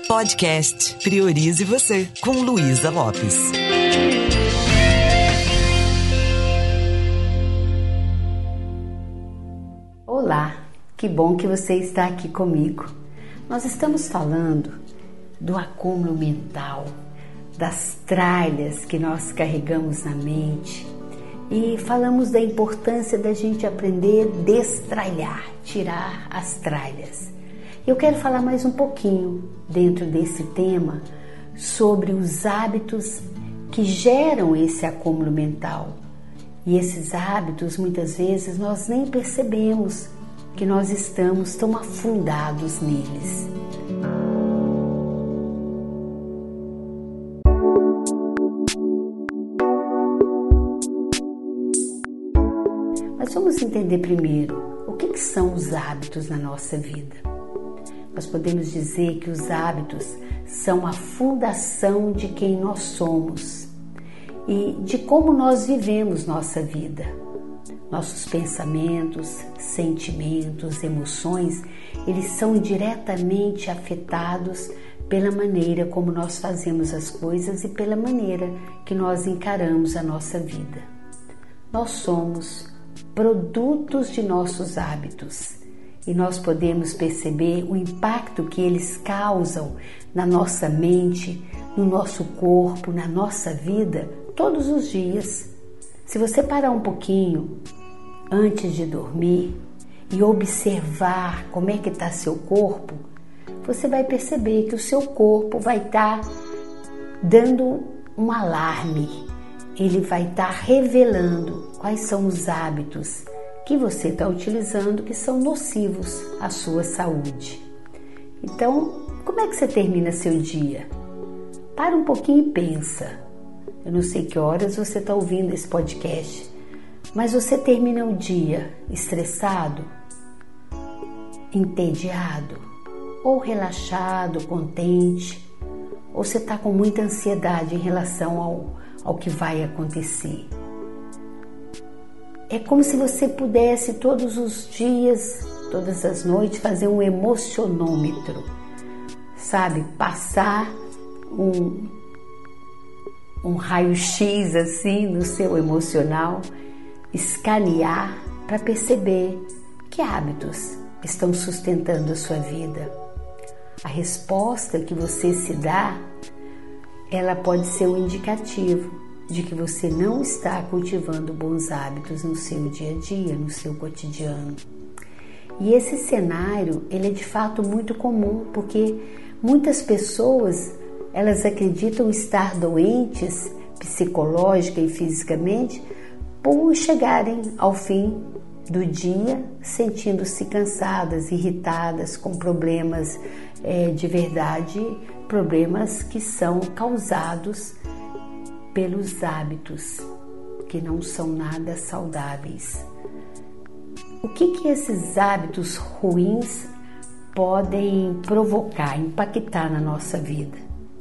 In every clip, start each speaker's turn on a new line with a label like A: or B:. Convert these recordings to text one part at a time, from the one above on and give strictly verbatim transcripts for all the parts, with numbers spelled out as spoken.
A: Podcast Priorize Você, com Luísa Lopes.
B: Olá, que bom que você está aqui comigo. Nós estamos falando do acúmulo mental, das tralhas que nós carregamos na mente e falamos da importância da gente aprender a destralhar, tirar as tralhas. Eu quero falar mais um pouquinho dentro desse tema sobre os hábitos que geram esse acúmulo mental. E esses hábitos, muitas vezes, nós nem percebemos que nós estamos tão afundados neles. Mas vamos entender primeiro o que, que são os hábitos na nossa vida. Nós podemos dizer que os hábitos são a fundação de quem nós somos e de como nós vivemos nossa vida. Nossos pensamentos, sentimentos, emoções, eles são diretamente afetados pela maneira como nós fazemos as coisas e pela maneira que nós encaramos a nossa vida. Nós somos produtos de nossos hábitos. E nós podemos perceber o impacto que eles causam na nossa mente, no nosso corpo, na nossa vida, todos os dias. Se você parar um pouquinho antes de dormir e observar como é que está seu corpo, você vai perceber que o seu corpo vai estar dando um alarme. Ele vai estar revelando quais são os hábitos que você está utilizando que são nocivos à sua saúde. Então, como é que você termina seu dia? Para um pouquinho e pensa. Eu não sei que horas você está ouvindo esse podcast, mas você termina o dia estressado, entediado, ou relaxado, contente, ou você está com muita ansiedade em relação ao, ao que vai acontecer. É como se você pudesse todos os dias, todas as noites, fazer um emocionômetro, sabe? Passar um, um raio-x assim no seu emocional, escanear para perceber que hábitos estão sustentando a sua vida. A resposta que você se dá, ela pode ser um indicativo de que você não está cultivando bons hábitos no seu dia a dia, no seu cotidiano. E esse cenário, ele é de fato muito comum, porque muitas pessoas, elas acreditam estar doentes psicológica e fisicamente por chegarem ao fim do dia sentindo-se cansadas, irritadas, com problemas é, de verdade, problemas que são causados pelos hábitos que não são nada saudáveis. O que que esses hábitos ruins podem provocar, impactar na nossa vida?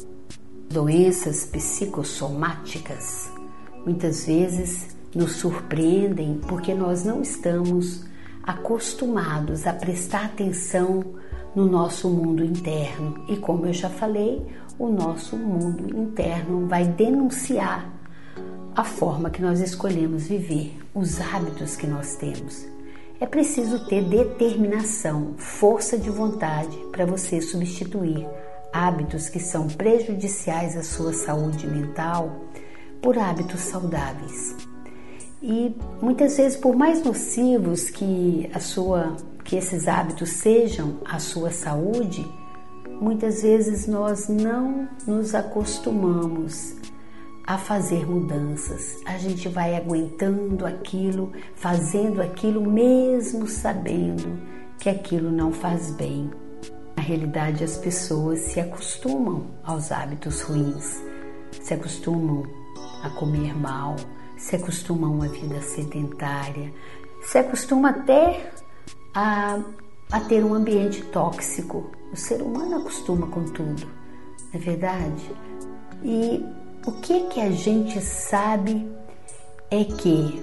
B: Doenças psicossomáticas muitas vezes nos surpreendem porque nós não estamos acostumados a prestar atenção no nosso mundo interno. E como eu já falei, o nosso mundo interno vai denunciar a forma que nós escolhemos viver, os hábitos que nós temos. É preciso ter determinação, força de vontade para você substituir hábitos que são prejudiciais à sua saúde mental por hábitos saudáveis. E muitas vezes, por mais nocivos que, a sua, que esses hábitos sejam à sua saúde, muitas vezes nós não nos acostumamos a fazer mudanças. A gente vai aguentando aquilo, fazendo aquilo mesmo sabendo que aquilo não faz bem. Na realidade, as pessoas se acostumam aos hábitos ruins, se acostumam a comer mal, se acostumam a uma vida sedentária, se acostuma até a, a ter um ambiente tóxico. O ser humano acostuma com tudo, não é verdade? E o que que a gente sabe é que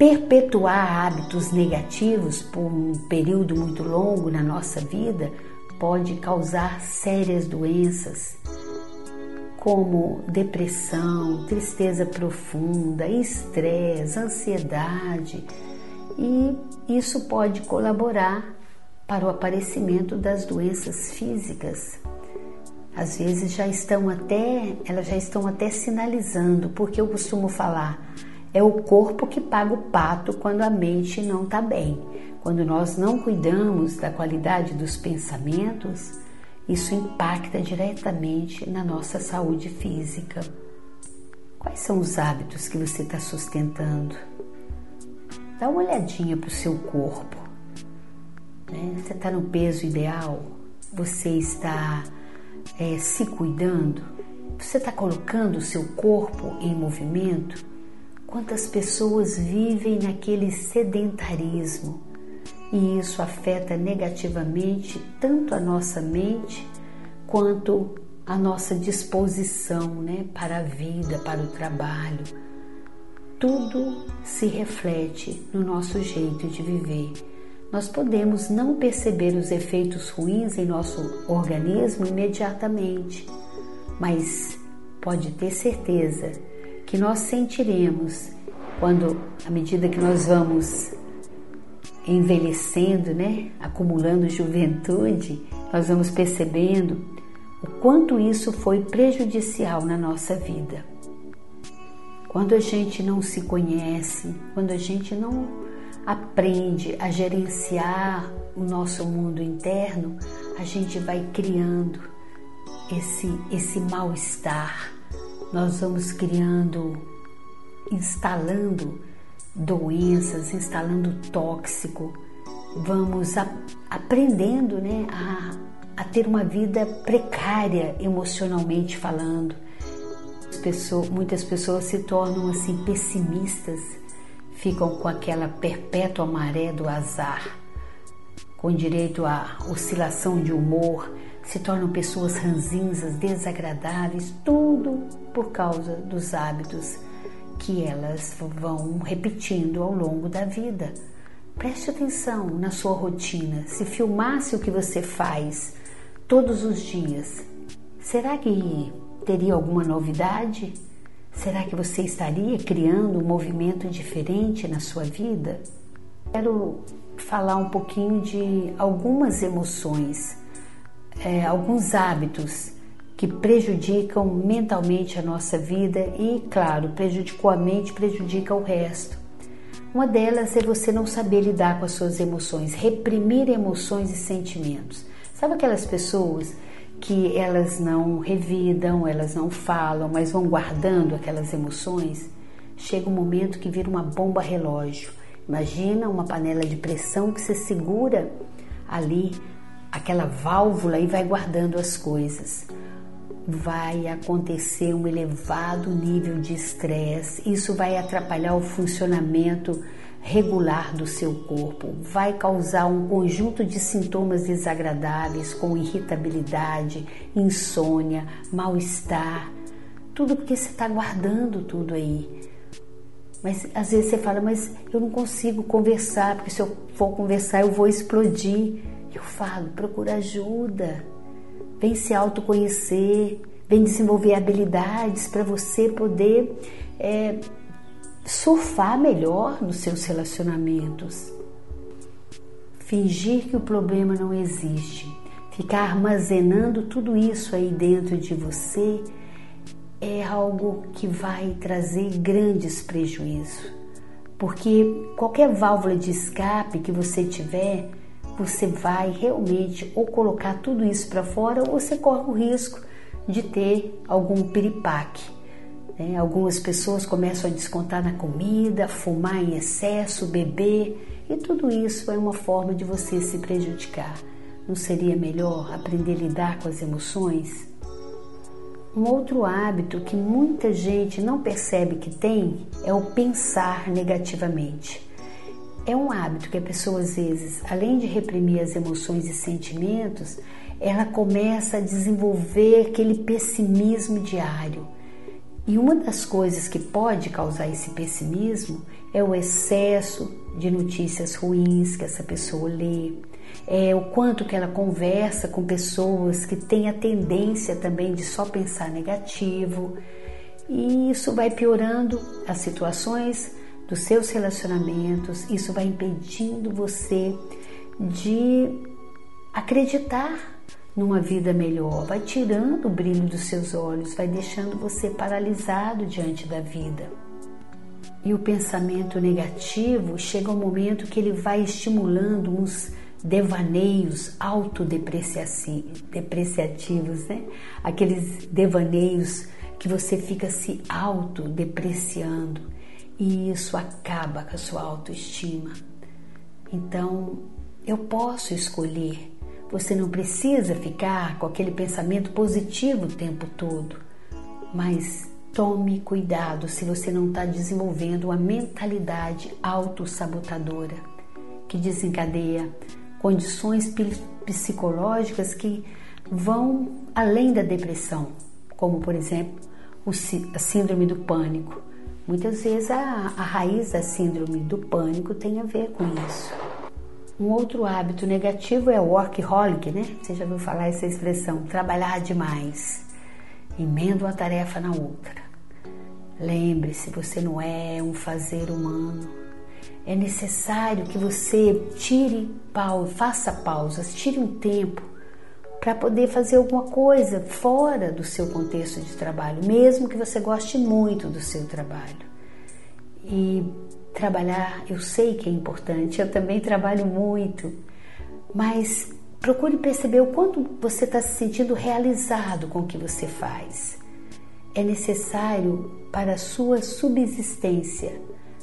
B: perpetuar hábitos negativos por um período muito longo na nossa vida pode causar sérias doenças, como depressão, tristeza profunda, estresse, ansiedade, e isso pode colaborar para o aparecimento das doenças físicas. Às vezes já estão até, elas já estão até sinalizando, porque eu costumo falar, é o corpo que paga o pato quando a mente não está bem. Quando nós não cuidamos da qualidade dos pensamentos, isso impacta diretamente na nossa saúde física. Quais são os hábitos que você está sustentando? Dá uma olhadinha para o seu corpo. Né? Você está no peso ideal? Você está é, se cuidando? Você está colocando o seu corpo em movimento? Quantas pessoas vivem naquele sedentarismo? E isso afeta negativamente tanto a nossa mente quanto a nossa disposição, né, para a vida, para o trabalho. Tudo se reflete no nosso jeito de viver. Nós podemos não perceber os efeitos ruins em nosso organismo imediatamente, mas pode ter certeza que nós sentiremos quando, à medida que nós vamos envelhecendo, né, acumulando juventude, nós vamos percebendo o quanto isso foi prejudicial na nossa vida. Quando a gente não se conhece, quando a gente não aprende a gerenciar o nosso mundo interno, a gente vai criando esse, esse mal-estar. Nós vamos criando, instalando doenças, instalando tóxico, vamos a, aprendendo, né, a, a ter uma vida precária emocionalmente falando. As pessoas, muitas pessoas se tornam assim pessimistas, ficam com aquela perpétua maré do azar, com direito à oscilação de humor, se tornam pessoas ranzinzas, desagradáveis, tudo por causa dos hábitos que elas vão repetindo ao longo da vida. Preste atenção na sua rotina. Se filmasse o que você faz todos os dias, será que teria alguma novidade? Será que você estaria criando um movimento diferente na sua vida? Quero falar um pouquinho de algumas emoções, é, alguns hábitos que prejudicam mentalmente a nossa vida e, claro, prejudicou a mente, prejudica o resto. Uma delas é você não saber lidar com as suas emoções, reprimir emoções e sentimentos. Sabe aquelas pessoas que elas não revidam, elas não falam, mas vão guardando aquelas emoções? Chega um momento que vira uma bomba relógio. Imagina uma panela de pressão que você segura ali, aquela válvula, e vai guardando as coisas. Vai acontecer um elevado nível de estresse, isso vai atrapalhar o funcionamento regular do seu corpo, vai causar um conjunto de sintomas desagradáveis como irritabilidade, insônia, mal-estar, tudo porque você está guardando tudo aí. Mas às vezes você fala, mas eu não consigo conversar, porque se eu for conversar eu vou explodir. Eu falo, procura ajuda. Vem se autoconhecer, vem desenvolver habilidades para você poder é, surfar melhor nos seus relacionamentos. Fingir que o problema não existe, ficar armazenando tudo isso aí dentro de você é algo que vai trazer grandes prejuízos. Porque qualquer válvula de escape que você tiver, você vai realmente ou colocar tudo isso para fora ou você corre o risco de ter algum piripaque. Né? Algumas pessoas começam a descontar na comida, fumar em excesso, beber, e tudo isso é uma forma de você se prejudicar. Não seria melhor aprender a lidar com as emoções? Um outro hábito que muita gente não percebe que tem é o pensar negativamente. É um hábito que a pessoa, às vezes, além de reprimir as emoções e sentimentos, ela começa a desenvolver aquele pessimismo diário. E uma das coisas que pode causar esse pessimismo é o excesso de notícias ruins que essa pessoa lê, é o quanto que ela conversa com pessoas que têm a tendência também de só pensar negativo, e isso vai piorando as situações dos seus relacionamentos, isso vai impedindo você de acreditar numa vida melhor, vai tirando o brilho dos seus olhos, vai deixando você paralisado diante da vida. E o pensamento negativo chega um momento que ele vai estimulando uns devaneios autodepreciativos, né? Aqueles devaneios que você fica se autodepreciando, e isso acaba com a sua autoestima. Então, eu posso escolher. Você não precisa ficar com aquele pensamento positivo o tempo todo, mas tome cuidado se você não está desenvolvendo uma mentalidade autossabotadora que desencadeia condições psicológicas que vão além da depressão, como, por exemplo, a síndrome do pânico. Muitas vezes a, a raiz da síndrome do pânico tem a ver com isso. Um outro hábito negativo é o workaholic, né? Você já ouviu falar essa expressão, trabalhar demais, emenda uma tarefa na outra. Lembre-se, você não é um fazer humano. É necessário que você tire pausa, faça pausas, tire um tempo para poder fazer alguma coisa fora do seu contexto de trabalho, mesmo que você goste muito do seu trabalho. E trabalhar, eu sei que é importante, eu também trabalho muito, mas procure perceber o quanto você está se sentindo realizado com o que você faz. É necessário para a sua subsistência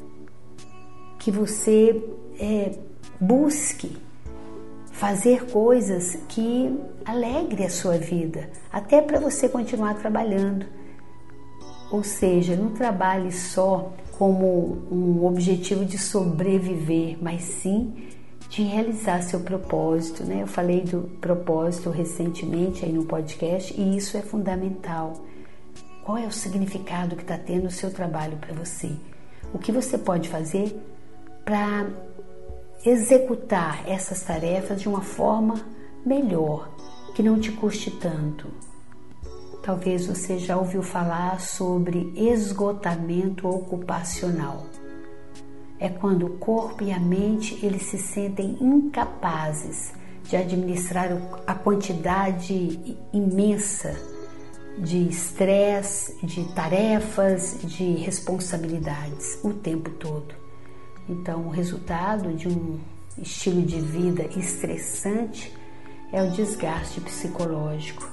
B: que você é, busque fazer coisas que alegrem a sua vida, até para você continuar trabalhando. Ou seja, não trabalhe só como um objetivo de sobreviver, mas sim de realizar seu propósito, né? Eu falei do propósito recentemente aí no podcast, e isso é fundamental. Qual é o significado que está tendo o seu trabalho para você? O que você pode fazer para executar essas tarefas de uma forma melhor, que não te custe tanto? Talvez você já ouviu falar sobre esgotamento ocupacional. É quando o corpo e a mente eles se sentem incapazes de administrar a quantidade imensa de estresse, de tarefas, de responsabilidades o tempo todo. Então, o resultado de um estilo de vida estressante é o desgaste psicológico.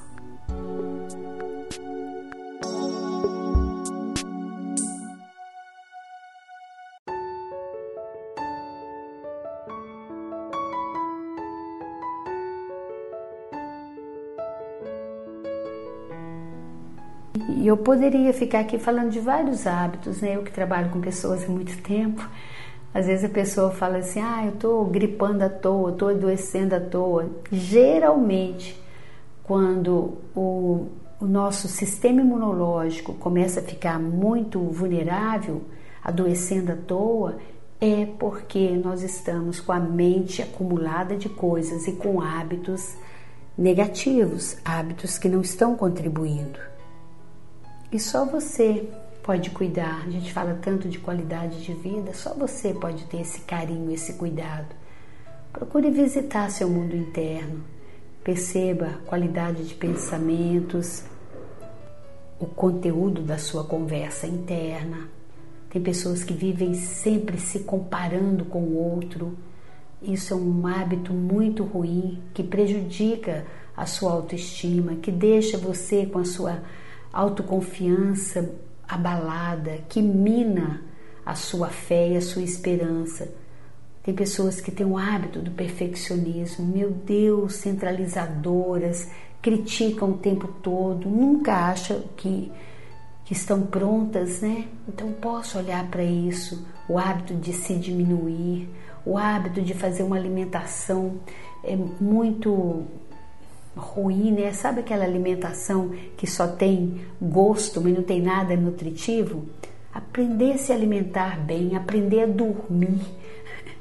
B: E eu poderia ficar aqui falando de vários hábitos, né? Eu que trabalho com pessoas há muito tempo, às vezes a pessoa fala assim, ah, eu estou gripando à toa, estou adoecendo à toa. Geralmente, quando o, o nosso sistema imunológico começa a ficar muito vulnerável, adoecendo à toa, é porque nós estamos com a mente acumulada de coisas e com hábitos negativos, hábitos que não estão contribuindo. E só você pode cuidar. A gente fala tanto de qualidade de vida, só você pode ter esse carinho, esse cuidado. Procure visitar seu mundo interno, perceba a qualidade de pensamentos, o conteúdo da sua conversa interna. Tem pessoas que vivem sempre se comparando com o outro. Isso é um hábito muito ruim, que prejudica a sua autoestima, que deixa você com a sua autoconfiança abalada, que mina a sua fé e a sua esperança. Tem pessoas que têm o hábito do perfeccionismo, meu Deus, centralizadoras, criticam o tempo todo, nunca acham que, que estão prontas, né? Então posso olhar para isso, o hábito de se diminuir, o hábito de fazer uma alimentação é muito ruim, né? Sabe aquela alimentação que só tem gosto, mas não tem nada nutritivo? Aprender a se alimentar bem, aprender a dormir,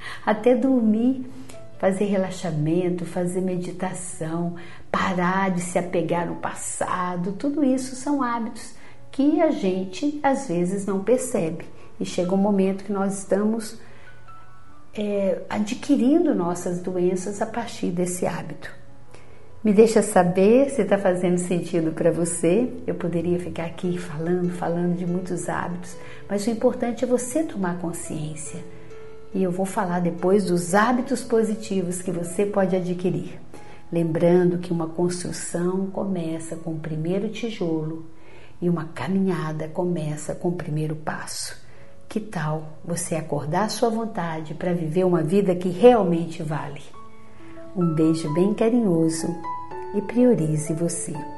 B: até dormir, fazer relaxamento, fazer meditação, parar de se apegar no passado, tudo isso são hábitos que a gente às vezes não percebe. E chega um momento que nós estamos é, adquirindo nossas doenças a partir desse hábito. Me deixa saber se está fazendo sentido para você. Eu poderia ficar aqui falando, falando de muitos hábitos, mas o importante é você tomar consciência. E eu vou falar depois dos hábitos positivos que você pode adquirir. Lembrando que uma construção começa com o primeiro tijolo e uma caminhada começa com o primeiro passo. Que tal você acordar a sua vontade para viver uma vida que realmente vale? Um beijo bem carinhoso e priorize você.